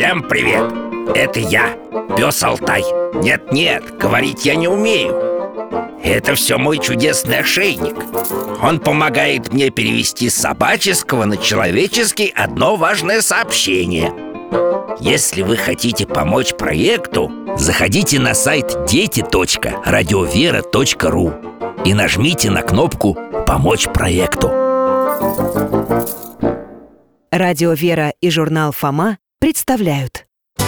Всем привет! Это я, пес Алтай. Нет, говорить я не умею. Это все мой чудесный ошейник. Он помогает мне перевести с собаческого на человеческий одно важное сообщение. Если вы хотите помочь проекту, заходите на сайт дети.радиовера.ру и нажмите на кнопку «Помочь проекту». Радио «Вера» и журнал «Фома» представляют.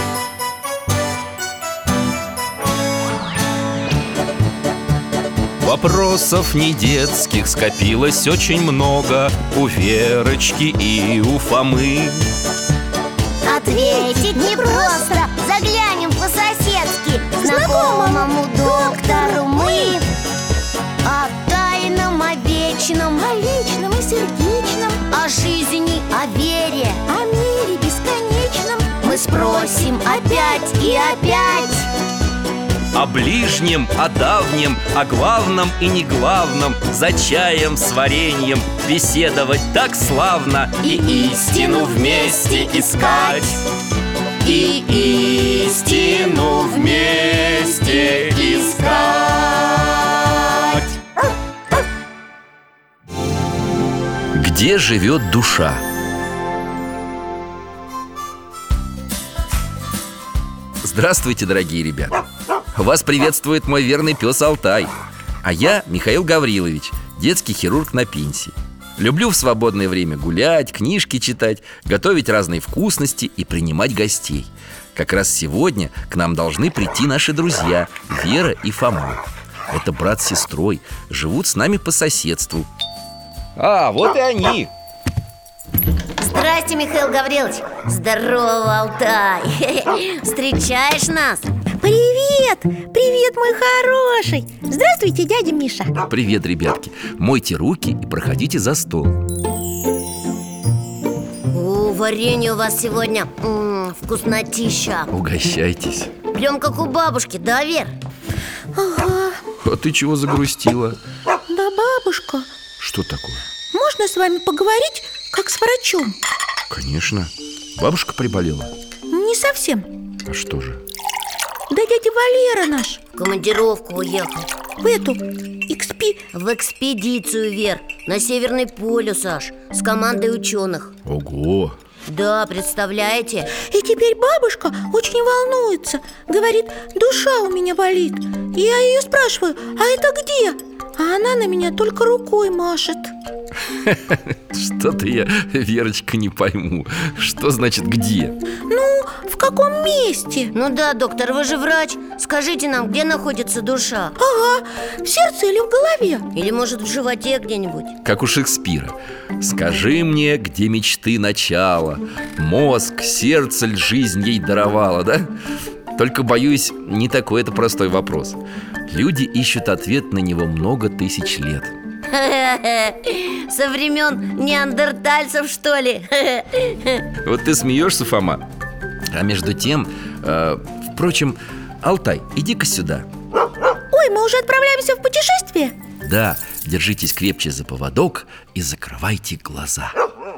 Вопросов не детских скопилось очень много у Верочки и у Фомы. Ответить непросто, заглянем по-соседски к знакомому доктору мы. О тайном, о вечном, о личном и сердечном, о жизни, о вере, о мире бесконечном мы спросим опять и опять. О ближнем, о давнем, о главном и неглавном, за чаем с вареньем беседовать так славно. И истину вместе искать, и истину вместе искать. Где живет душа? Здравствуйте, дорогие ребята! Вас приветствует мой верный пес Алтай. А я Михаил Гаврилович, детский хирург на пенсии. Люблю в свободное время гулять, книжки читать, готовить разные вкусности и принимать гостей. Как раз сегодня к нам должны прийти наши друзья Вера и Фома. Это брат с сестрой, живут с нами по соседству. А, вот и они! Здрасте, Михаил Гаврилович. Здорово, Алтай. Встречаешь нас? Привет! Привет, мой хороший! Здравствуйте, дядя Миша. Привет, ребятки. Мойте руки и проходите за стол. О, варенье у вас сегодня вкуснотища. Угощайтесь. Прям как у бабушки, да, Вер? Ага. А ты чего загрустила? Да, бабушка, Что такое? можно с вами поговорить, как с врачом? Конечно. Бабушка приболела? Не совсем. А что же? Да дядя Валера наш В командировку уехал. в эту XP. В экспедицию, Вер, на Северный полюс аж, с командой ученых. Ого! Да, представляете? И теперь бабушка очень волнуется. Говорит, душа у меня болит. Я ее спрашиваю, а это где? А она на меня только рукой машет. Что-то я, Верочка, не пойму. Что значит где? Ну, в каком месте? Ну да, доктор, вы же врач. Скажите нам, где находится душа? Ага, в сердце или в голове? Или, может, в животе где-нибудь? Как у Шекспира. Скажи мне, где мечты начало. Мозг, сердце ль жизнь ей даровала, да? Только, боюсь, не такой это простой вопрос. Люди ищут ответ на него много тысяч лет. Со времен неандертальцев, что ли? Вот ты смеешься, Фома. А между тем, впрочем, Алтай, иди-ка сюда. Ой, мы уже отправляемся в путешествие? Да, держитесь крепче за поводок и закрывайте глаза.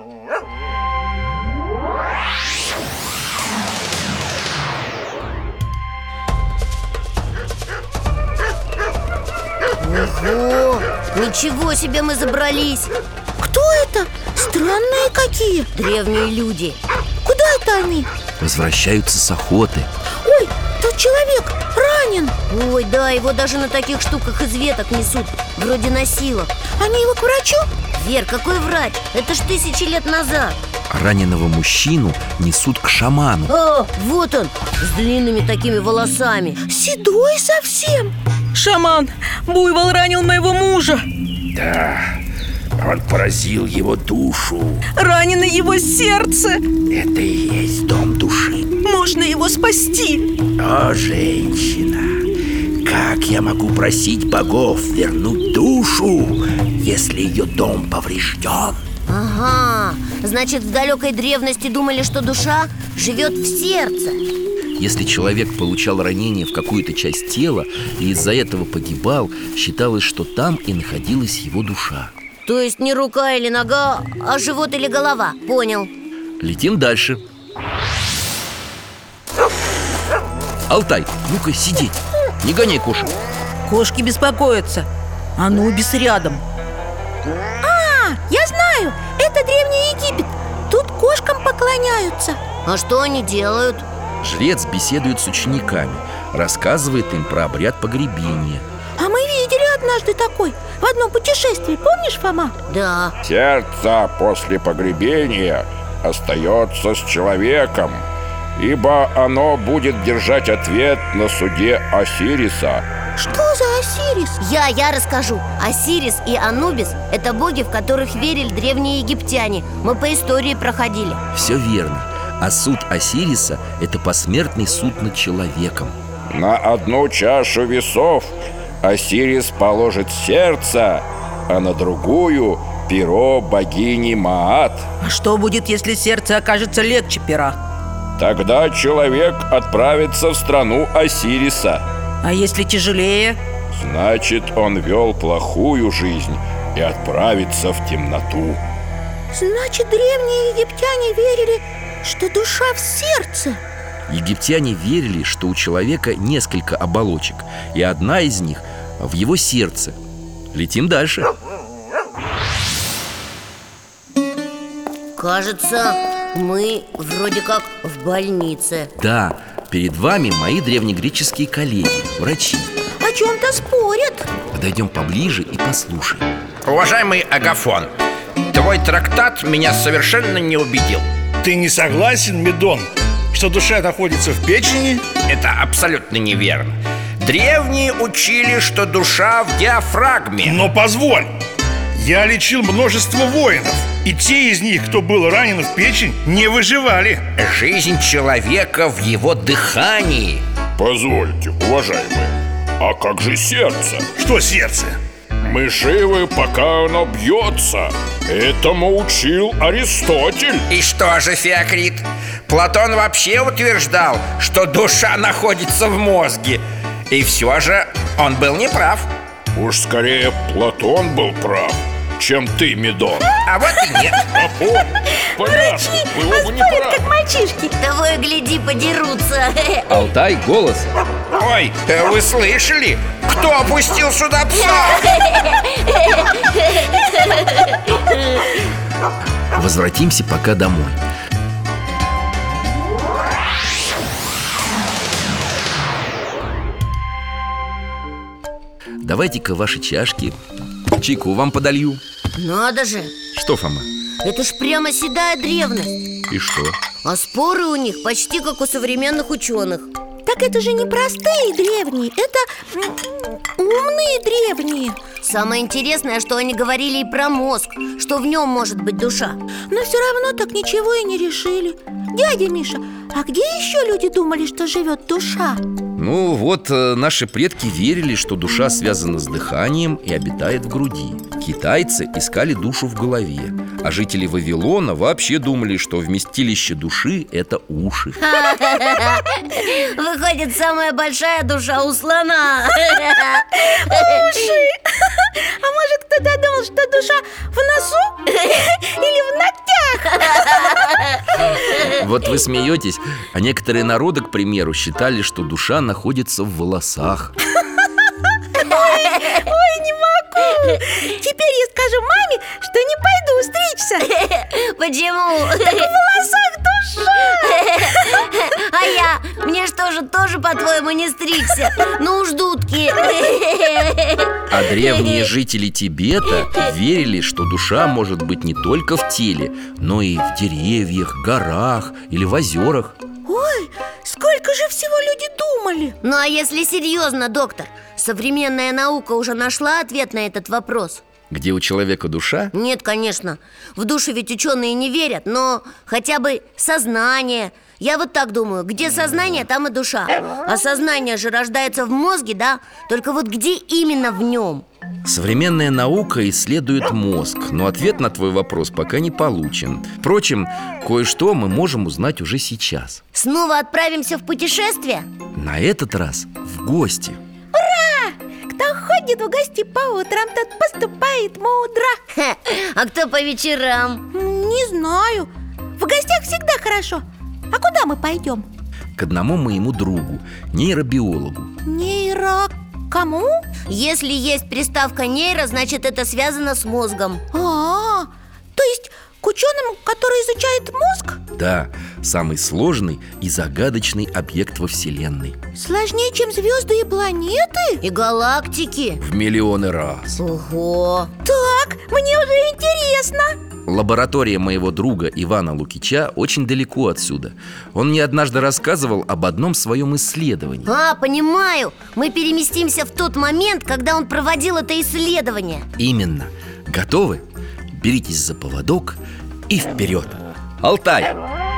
Ого, ничего себе мы забрались. Кто это? Странные какие. Древние люди. Куда это они? Возвращаются с охоты. Ой, тот человек ранен. Ой, да, его даже на таких штуках из веток несут. Вроде носилок. Они его к врачу? Вер, какой врач? Это ж 1000 лет назад. А раненого мужчину несут к шаману. О, вот он, с длинными такими волосами. Седой совсем. Шаман, буйвол ранил моего мужа. Да, он поразил его душу. Ранено его сердце. Это и есть дом души. Можно его спасти. О, женщина, как я могу просить богов вернуть душу, если ее дом поврежден? Ага, значит, в далекой древности думали, что душа живет в сердце. Если человек получал ранение в какую-то часть тела и из-за этого погибал, считалось, что там и находилась его душа. То есть не рука или нога, а живот или голова. Понял. Летим дальше. Алтай, ну-ка сидеть, не гоняй кошек. Кошки беспокоятся. Анубис рядом. Я знаю, это Древний Египет. Тут кошкам поклоняются. А что они делают? Жрец беседует с учениками, рассказывает им про обряд погребения. А мы видели однажды такой в одном путешествии, помнишь, Фома? Да. Сердце после погребения остается с человеком, ибо оно будет держать ответ на суде Осириса. Что за Осирис? Я расскажу. Осирис и Анубис – это боги, в которых верили древние египтяне. Мы по истории проходили. Все верно. А суд Осириса – это посмертный суд над человеком. На одну чашу весов Осирис положит сердце, а на другую – перо богини Маат. А что будет, если сердце окажется легче пера? Тогда человек отправится в страну Осириса. А если тяжелее? Значит, он вел плохую жизнь и отправится в темноту. Значит, древние египтяне верили, что душа в сердце. Египтяне верили, что у человека несколько оболочек, и одна из них в его сердце. Летим дальше. Кажется, мы вроде как в больнице. Да, перед вами мои древнегреческие коллеги, врачи. О чем-то спорят. Подойдем поближе и послушаем. Уважаемый Агафон, твой трактат меня совершенно не убедил. Ты не согласен, Медон, что душа находится в печени? Это абсолютно неверно. Древние учили, что душа в диафрагме. Но позволь, я лечил множество воинов, и те из них, кто был ранен в печень, не выживали. Жизнь человека в его дыхании. Позвольте, уважаемые, а как же сердце? Что сердце? Мы живы, пока оно бьется. Этому учил Аристотель. И что же, Феокрит? Платон вообще утверждал, что душа находится в мозге. И все же он был неправ. Уж скорее Платон был прав, чем ты, Медон. А вот и нет. Понятно, вы оба не правы. Мальчишки. Того и гляди, подерутся. Алтай, голос. Ой, вы слышали? Кто опустил сюда пса? Возвратимся пока домой. Давайте-ка ваши чашки. Чайку вам подолью. Надо же, Что, Фома? это ж прямо седая древность. И что? А споры у них почти как у современных ученых. Так это же не простые древние, это умные древние. Самое интересное, что они говорили и про мозг, что в нем может быть душа. Но все равно так ничего и не решили. Дядя Миша, а где еще люди думали, что живет душа? Ну вот, наши предки верили, что душа связана с дыханием и обитает в груди. Китайцы искали душу в голове, а жители Вавилона вообще думали, что вместилище души – это уши. Выходит, самая большая душа у слона. А может, кто-то думал, что душа в носу или в ногтях? Вот вы смеетесь, а некоторые народы, к примеру, считали, что душа находится в волосах. Ой, не могу. Теперь я скажу маме, что не пойду стричься. Почему? В волосах душа. А я? Мне что же тоже, по-твоему, не стричься? Ну уж дудки. А древние жители Тибета верили, что душа может быть не только в теле, но и в деревьях, горах или в озерах. Ой, сколько же всего люди думали. Ну а если серьезно, доктор, современная наука уже нашла ответ на этот вопрос? Где у человека душа? Нет, конечно. В душу ведь ученые не верят, но хотя бы сознание. Я вот так думаю, где сознание, там и душа. А сознание же рождается в мозге, да? Только вот где именно в нем? Современная наука исследует мозг, но ответ на твой вопрос пока не получен. Впрочем, кое-что мы можем узнать уже сейчас. Снова отправимся в путешествие? На этот раз в гости. Кто ходит в гости по утрам, тот поступает мудро. Ха, а кто по вечерам? Не знаю. В гостях всегда хорошо. А куда мы пойдем? к одному моему другу, нейробиологу. Кому? Если есть приставка нейро, значит это связано с мозгом. То есть к ученым, которые изучают мозг? Да, самый сложный и загадочный объект во Вселенной. Сложнее, чем звезды и планеты? И галактики. В миллионы раз. Ого! Так, мне уже интересно. Лаборатория моего друга Ивана Лукича очень далеко отсюда. Он мне однажды рассказывал об одном своем исследовании. Понимаю. Мы переместимся в тот момент, когда он проводил это исследование. Именно. Готовы? Беритесь за поводок и вперед. Алтай!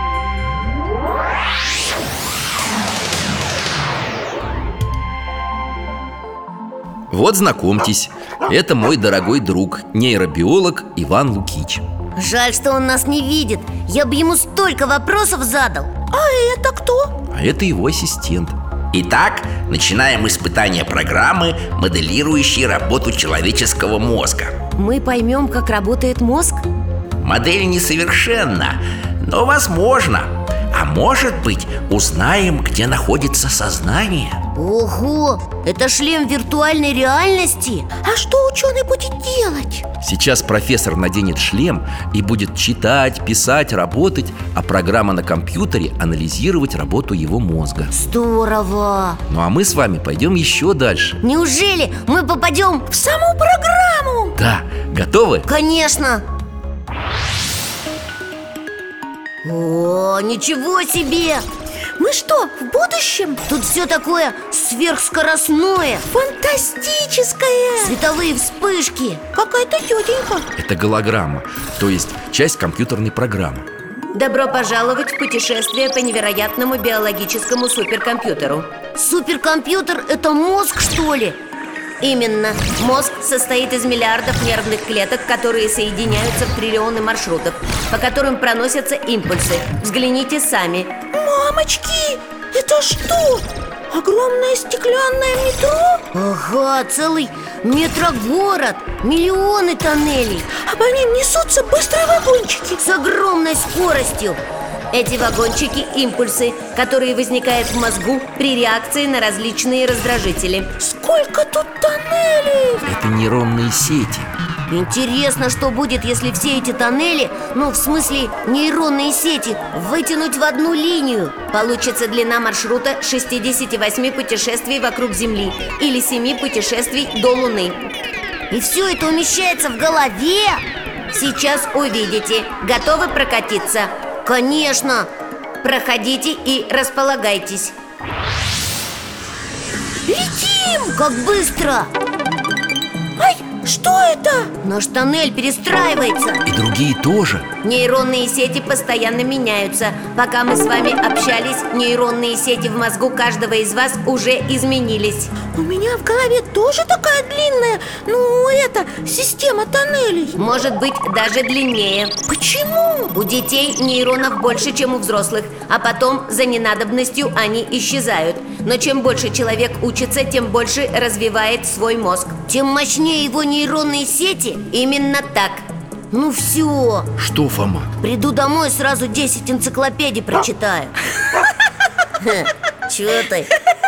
Вот знакомьтесь, это мой дорогой друг, нейробиолог Иван Лукич. Жаль, что он нас не видит. Я бы ему столько вопросов задал. А это кто? А это его ассистент. Итак, начинаем испытание программы, моделирующей работу человеческого мозга. Мы поймем, как работает мозг? Модель несовершенна, но возможно. А может быть, узнаем, где находится сознание. Ого! Это шлем виртуальной реальности? А что ученый будет делать? Сейчас профессор наденет шлем и будет читать, писать, работать, а программа на компьютере анализировать работу его мозга. Здорово! Ну а мы с вами пойдем еще дальше. Неужели мы попадем В саму программу? Да, готовы? Конечно! О, ничего себе! Мы что, в будущем? Тут все такое сверхскоростное. Фантастическое! Световые вспышки. Какая-то тетенька. Это голограмма, то есть часть компьютерной программы. Добро пожаловать в путешествие по невероятному биологическому суперкомпьютеру. Суперкомпьютер – это мозг, что ли? Именно. Мозг состоит из миллиардов нервных клеток, которые соединяются в триллионы маршрутов, по которым проносятся импульсы. Взгляните сами. Мамочки, это что? Огромное стеклянное метро? Ага, целый метрогород. Миллионы тоннелей. А по ним несутся быстрые вагончики. С огромной скоростью. Эти вагончики – импульсы, которые возникают в мозгу при реакции на различные раздражители. Сколько тут тоннелей! Это нейронные сети. Интересно, что будет, если все эти тоннели, в смысле нейронные сети, вытянуть в одну линию? Получится длина маршрута 68 путешествий вокруг Земли или 7 путешествий до Луны. И все это умещается в голове? Сейчас увидите. Готовы прокатиться? Конечно! Проходите и располагайтесь. Летим! Как быстро! Ай, что это? Наш тоннель перестраивается. И другие тоже. Нейронные сети постоянно меняются. Пока мы с вами общались, нейронные сети в мозгу каждого из вас уже изменились. У меня в голове тоже такая длинная, система тоннелей. Может быть, даже длиннее. Почему? У детей нейронов больше, чем у взрослых, а потом за ненадобностью они исчезают. Но чем больше человек учится, тем больше развивает свой мозг. Тем мощнее его нейронные сети? Именно так. Ну все. Что, Фома? Приду домой, сразу 10 энциклопедий прочитаю. Чего ты?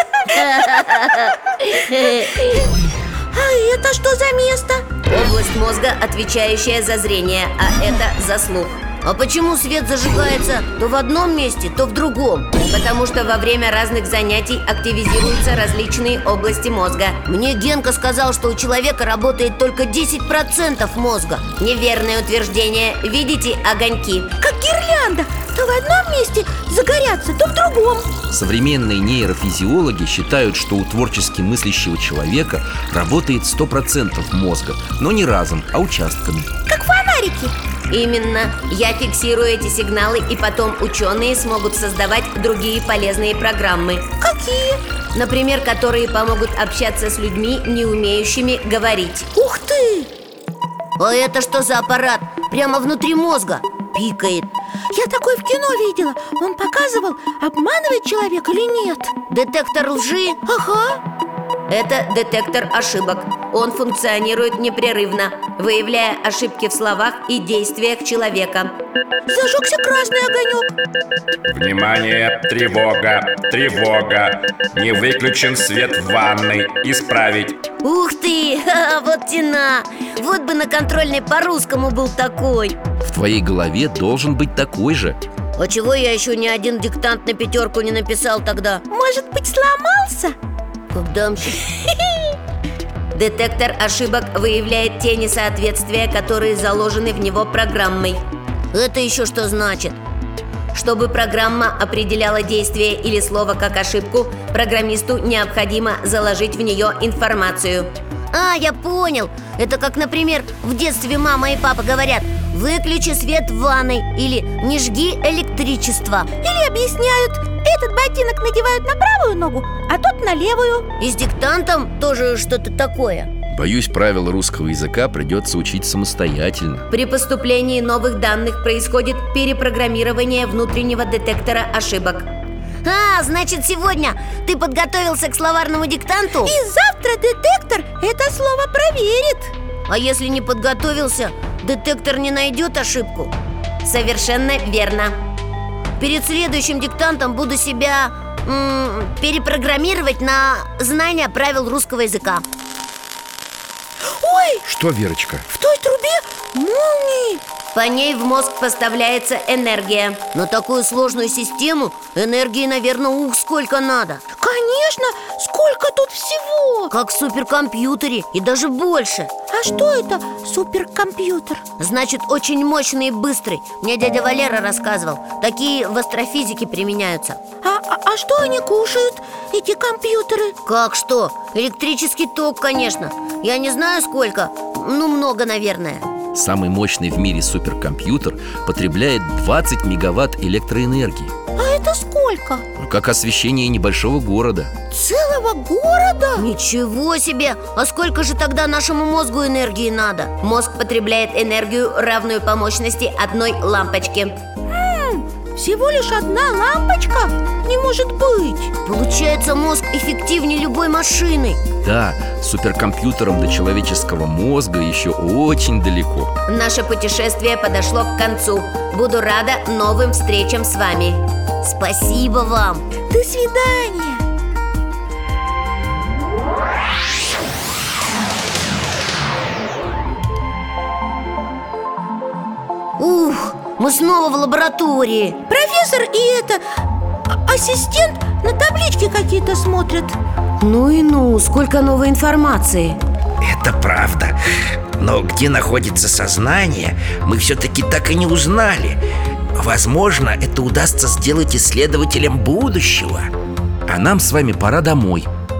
А это что за место? Область мозга, отвечающая за зрение, а это за слух. А почему свет зажигается то в одном месте, то в другом? Потому что во время разных занятий активизируются различные области мозга. Мне Генка сказал, что у человека работает только 10% мозга. Неверное утверждение. Видите огоньки? Как гирлянда. То в одном месте загорятся, то в другом. Современные нейрофизиологи считают, что у творчески мыслящего человека работает 100% мозга, но не разом, а участками. Как фонарики. Именно. Я фиксирую эти сигналы, и потом ученые смогут создавать другие полезные программы. Какие? Например, которые помогут общаться с людьми, не умеющими говорить. Ух ты! А это что за аппарат? Прямо внутри мозга пикает. Я такой в кино видела. Он показывал, обманывает человек или нет. Детектор лжи? Ага. Это детектор ошибок. Он функционирует непрерывно, выявляя ошибки в словах и действиях человека. Зажегся красный огонек. Внимание, тревога, тревога. Не выключен свет в ванной. Исправить. Ух ты, вот тена. Вот бы на контрольной по-русскому был такой. В твоей голове должен быть такой же. А чего я еще ни один диктант на 5 не написал тогда? Может быть, сломался? Когда Детектор ошибок выявляет те несоответствия, которые заложены в него программой. Это еще что значит? Чтобы программа определяла действие или слово как ошибку, программисту необходимо заложить в нее информацию. Я понял. Это как, например, в детстве мама и папа говорят: выключи свет в ванной или не жги электричество. Или объясняют: этот ботинок надевают на правую ногу, а тот на левую. И с диктантом тоже что-то такое. Боюсь, правила русского языка придется учить самостоятельно. При поступлении новых данных происходит перепрограммирование внутреннего детектора ошибок. Значит, сегодня ты подготовился к словарному диктанту? И завтра детектор это слово проверит. А если не подготовился, детектор не найдет ошибку? Совершенно верно. Перед следующим диктантом буду себя перепрограммировать на знание правил русского языка. Ой, Что, Верочка? в той трубе молнии. По ней в мозг поставляется энергия. На такую сложную систему энергии, наверное, сколько надо. Конечно, сколько тут всего. Как в суперкомпьютере и даже больше. А что это суперкомпьютер? Значит, очень мощный и быстрый. Мне дядя Валера рассказывал. Такие в астрофизике применяются. А что они кушают, эти компьютеры? Как что? Электрический ток, конечно. Я не знаю сколько, много, наверное. Самый мощный в мире суперкомпьютер потребляет 20 мегаватт электроэнергии. А это сколько? Как освещение небольшого города. Целого города? Ничего себе! А сколько же тогда нашему мозгу энергии надо? Мозг потребляет энергию, равную по мощности одной лампочки. Всего лишь одна лампочка? Не может быть. Получается, мозг эффективнее любой машины. Да, суперкомпьютером до человеческого мозга еще очень далеко. Наше путешествие подошло к концу. Буду рада новым встречам с вами. Спасибо вам. До свидания. Мы снова в лаборатории. Профессор и ассистент на таблички какие-то смотрят. Сколько новой информации. Это правда. Но где находится сознание, мы все-таки так и не узнали. Возможно, это удастся сделать исследователям будущего. А нам с вами пора домой.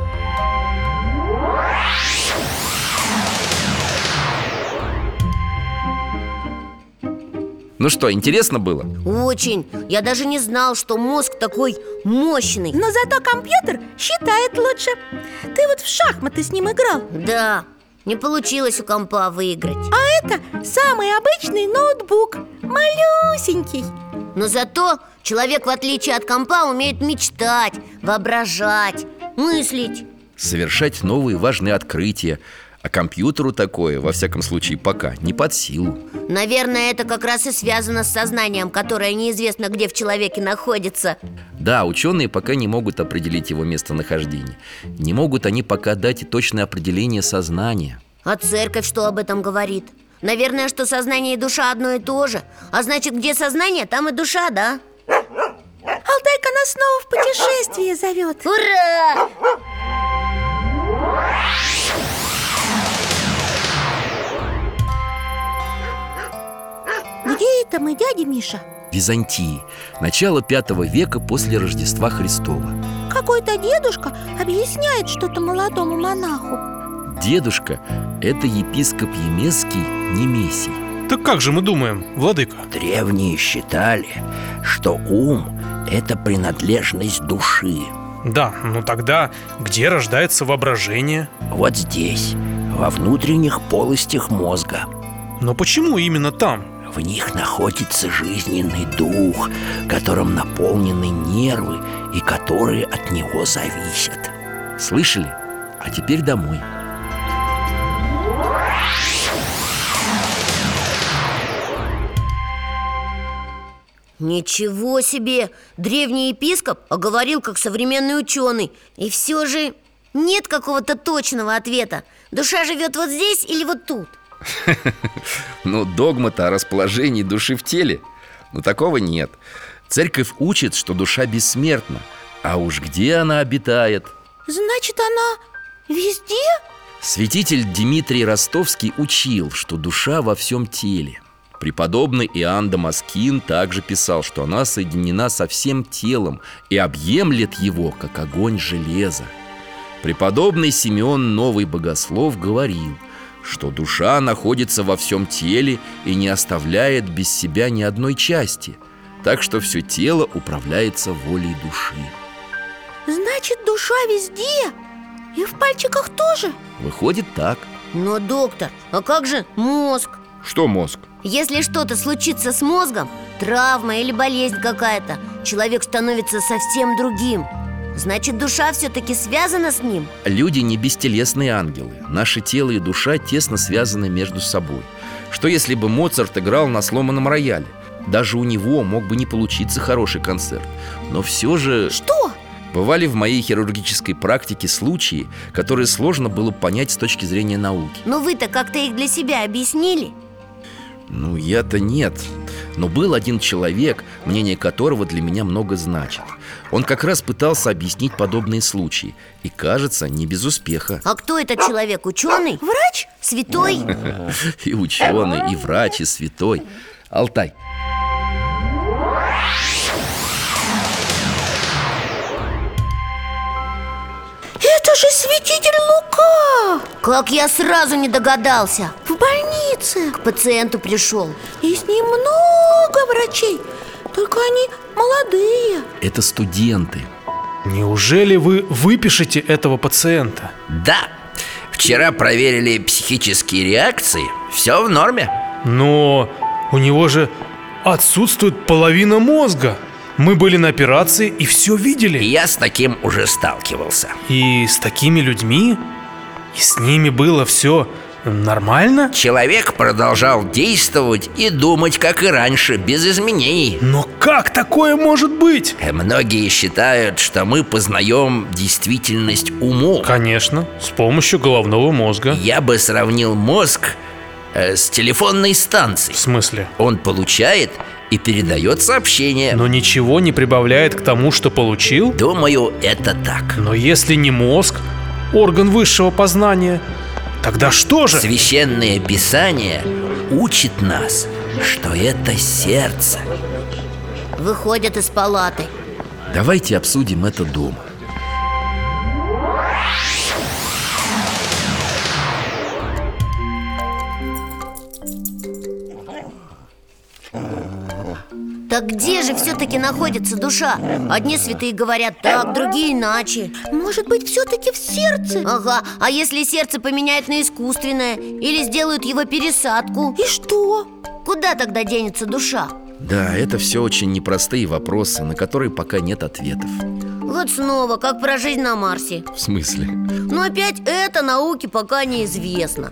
Ну что, интересно было? Очень. Я даже не знал, что мозг такой мощный. Но зато компьютер считает лучше. Ты вот в шахматы с ним играл? Да, не получилось у компа выиграть. А это самый обычный ноутбук, малюсенький. Но зато человек, в отличие от компа, умеет мечтать, воображать, мыслить. Совершать новые важные открытия. А компьютеру такое, во всяком случае, пока не под силу. Наверное, это как раз и связано с сознанием, которое неизвестно где в человеке находится. Да, ученые пока не могут определить его местонахождение. Не могут они пока дать и точное определение сознания. А церковь что об этом говорит? Наверное, что сознание и душа одно и то же. А значит, где сознание, там и душа, да? Алтайка нас снова в путешествие зовет. Ура! Где это мы, дядя Миша? Византии. Начало 5 века после Рождества Христова. Какой-то дедушка объясняет что-то молодому монаху. Дедушка – это епископ Емесский Немесий. Так как же мы думаем, владыка? Древние считали, что ум – это принадлежность души. Да, тогда где рождается воображение? Вот здесь, во внутренних полостях мозга. Но почему именно там? В них находится жизненный дух, которым наполнены нервы и которые от него зависят. Слышали? А теперь домой. Ничего себе! Древний епископ оговорил как современный ученый. И все же нет какого-то точного ответа. Душа живет вот здесь или вот тут? Ну, догма-то о расположении души в теле, но такого нет. Церковь учит, что душа бессмертна. А уж где она обитает? Значит, она везде? Святитель Дмитрий Ростовский учил, что душа во всем теле. Преподобный Иоанн Дамаскин также писал, что она соединена со всем телом и объемлет его, как огонь железа. Преподобный Симеон Новый Богослов говорил, что душа находится во всем теле и не оставляет без себя ни одной части, так что все тело управляется волей души. Значит, душа везде? И в пальчиках тоже? Выходит так. Но, доктор, а как же мозг? Что мозг? Если что-то случится с мозгом, травма или болезнь какая-то, человек становится совсем другим. Значит, душа все-таки связана с ним? Люди не бестелесные ангелы. Наше тело и душа тесно связаны между собой. Что если бы Моцарт играл на сломанном рояле? Даже у него мог бы не получиться хороший концерт. Но все же... Что? Бывали в моей хирургической практике случаи, которые сложно было понять с точки зрения науки. Но вы-то как-то их для себя объяснили? Ну, я-то нет. Но был один человек, мнение которого для меня много значит. Он как раз пытался объяснить подобные случаи. И, кажется, не без успеха. А кто этот человек? Ученый? Врач? Святой? И ученый, и врач, и святой. Алтай. Это же святитель Лука! Как я сразу не догадался! В больнице! К пациенту пришел. И с ним много врачей, только они молодые. Это студенты. Неужели вы выпишете этого пациента? Да, вчера проверили психические реакции. Все в норме. Но у него же отсутствует половина мозга. Мы были на операции и все видели. Я с таким уже сталкивался. И с такими людьми? И с ними было все нормально? Человек продолжал действовать и думать, как и раньше, без изменений. Но как такое может быть? Многие считают, что мы познаем действительность умом. Конечно, с помощью головного мозга. Я бы сравнил мозг с телефонной станцией. В смысле? Он получает и передает сообщение. Но ничего не прибавляет к тому, что получил? Думаю, это так. Но если не мозг, орган высшего познания, тогда что же? Священное Писание учит нас, что это сердце. Выходят из палаты. Давайте обсудим это дома. Так где же все-таки находится душа? Одни святые говорят так, другие иначе. Может быть, все-таки в сердце? Ага, а если сердце поменяют на искусственное? Или сделают его пересадку? И что? Куда тогда денется душа? Да, это все очень непростые вопросы, на которые пока нет ответов. Вот снова, как про жизнь на Марсе. В смысле? Но опять это науке пока неизвестно.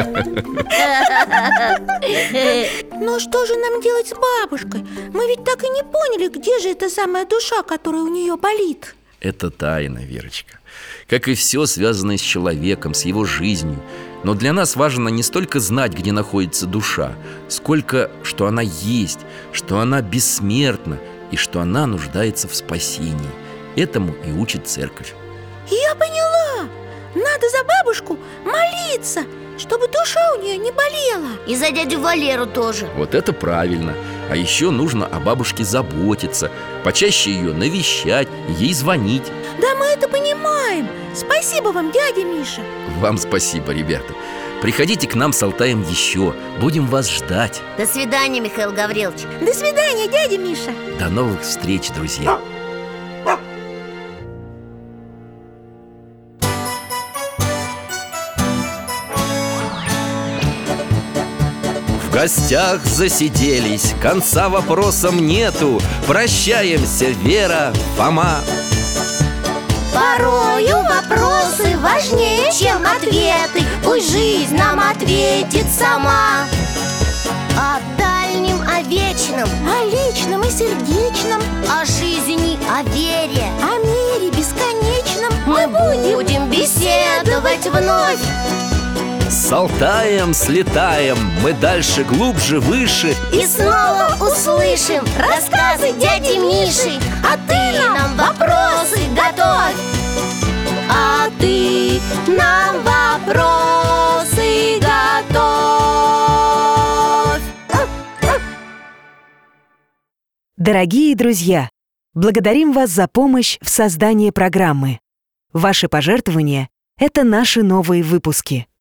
Но что же нам делать с бабушкой? Мы ведь так и не поняли, где же эта самая душа, которая у нее болит. Это тайна, Верочка. Как и все, связанное с человеком, с его жизнью. Но для нас важно не столько знать, где находится душа, сколько, что она есть, что она бессмертна и что она нуждается в спасении. Этому и учит церковь. Я поняла. Надо за бабушку молиться, чтобы душа у нее не болела. И за дядю Валеру тоже. Вот это правильно. А еще нужно о бабушке заботиться, почаще ее навещать, ей звонить. Да мы это понимаем. Спасибо вам, дядя Миша. Вам спасибо, ребята. Приходите к нам с Алтаем еще. Будем вас ждать. До свидания, Михаил Гаврилович. До свидания, дядя Миша. До новых встреч, друзья. В гостях засиделись, конца вопросам нету. Прощаемся, Вера, Фома. Порою вопросы важнее, чем ответы. Пусть жизнь нам ответит сама. О дальнем, о вечном, о личном и сердечном, о жизни, о вере. о мире бесконечном. Мы будем беседовать вновь. С Алтаем слетаем, мы дальше, глубже, выше. И снова услышим рассказы дяди Миши. А ты нам вопросы готовь. А ты нам вопросы готовь. Дорогие друзья, благодарим вас за помощь в создании программы. Ваши пожертвования – это наши новые выпуски.